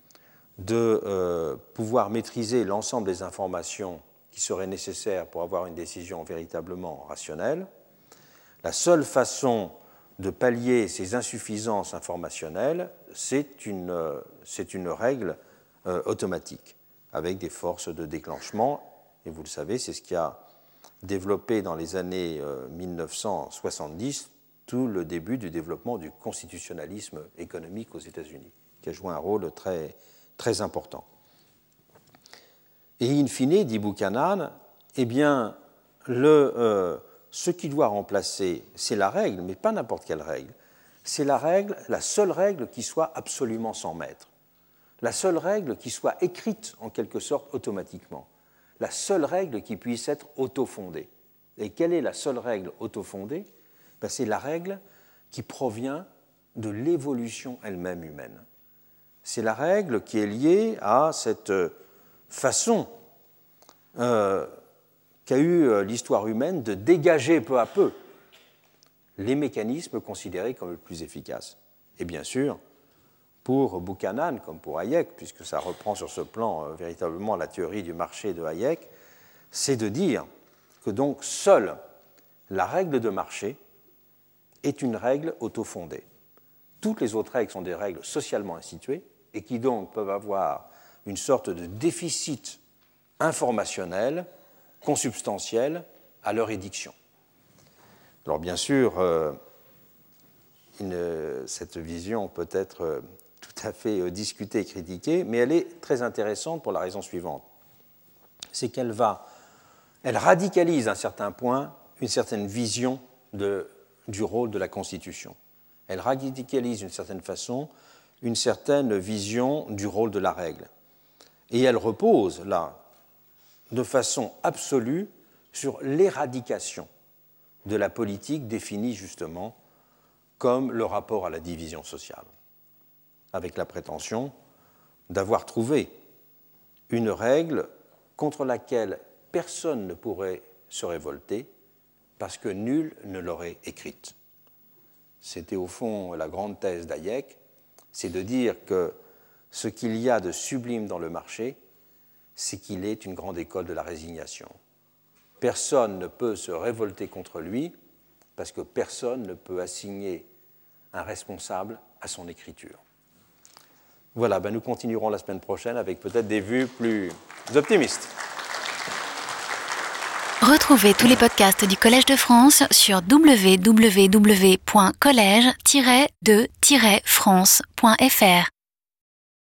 de pouvoir maîtriser l'ensemble des informations qui seraient nécessaires pour avoir une décision véritablement rationnelle, la seule façon de pallier ces insuffisances informationnelles, c'est une règle automatique, avec des forces de déclenchement, et vous le savez, c'est ce qui a développé dans les années 1970 tout le début du développement du constitutionnalisme économique aux États-Unis, qui a joué un rôle très, très important. Et in fine, dit Buchanan, eh bien, ce qui doit remplacer, c'est la règle, mais pas n'importe quelle règle. C'est la seule règle qui soit absolument sans maître. La seule règle qui soit écrite en quelque sorte automatiquement. La seule règle qui puisse être autofondée. Et quelle est la seule règle autofondée ? C'est la règle qui provient de l'évolution elle-même humaine. C'est la règle qui est liée à cette façon qu'a eu l'histoire humaine de dégager peu à peu les mécanismes considérés comme les plus efficaces. Et bien sûr, pour Buchanan, comme pour Hayek, puisque ça reprend sur ce plan véritablement la théorie du marché de Hayek, c'est de dire que donc seule la règle de marché est une règle autofondée. Toutes les autres règles sont des règles socialement instituées et qui donc peuvent avoir une sorte de déficit informationnel, consubstantiel à leur édiction. Alors bien sûr, cette vision peut être tout à fait discutée et critiquée, mais elle est très intéressante pour la raison suivante. C'est qu'elle radicalise à un certain point une certaine vision du rôle de la Constitution. Elle radicalise d'une certaine façon une certaine vision du rôle de la règle. Et elle repose, là, de façon absolue, sur l'éradication de la politique définie justement comme le rapport à la division sociale, avec la prétention d'avoir trouvé une règle contre laquelle personne ne pourrait se révolter parce que nul ne l'aurait écrite. C'était au fond la grande thèse d'Hayek, c'est de dire que ce qu'il y a de sublime dans le marché, c'est qu'il est une grande école de la résignation. Personne ne peut se révolter contre lui parce que personne ne peut assigner un responsable à son écriture. Voilà, nous continuerons la semaine prochaine avec peut-être des vues plus optimistes. Retrouvez tous les podcasts du Collège de France sur www.collège-de-france.fr.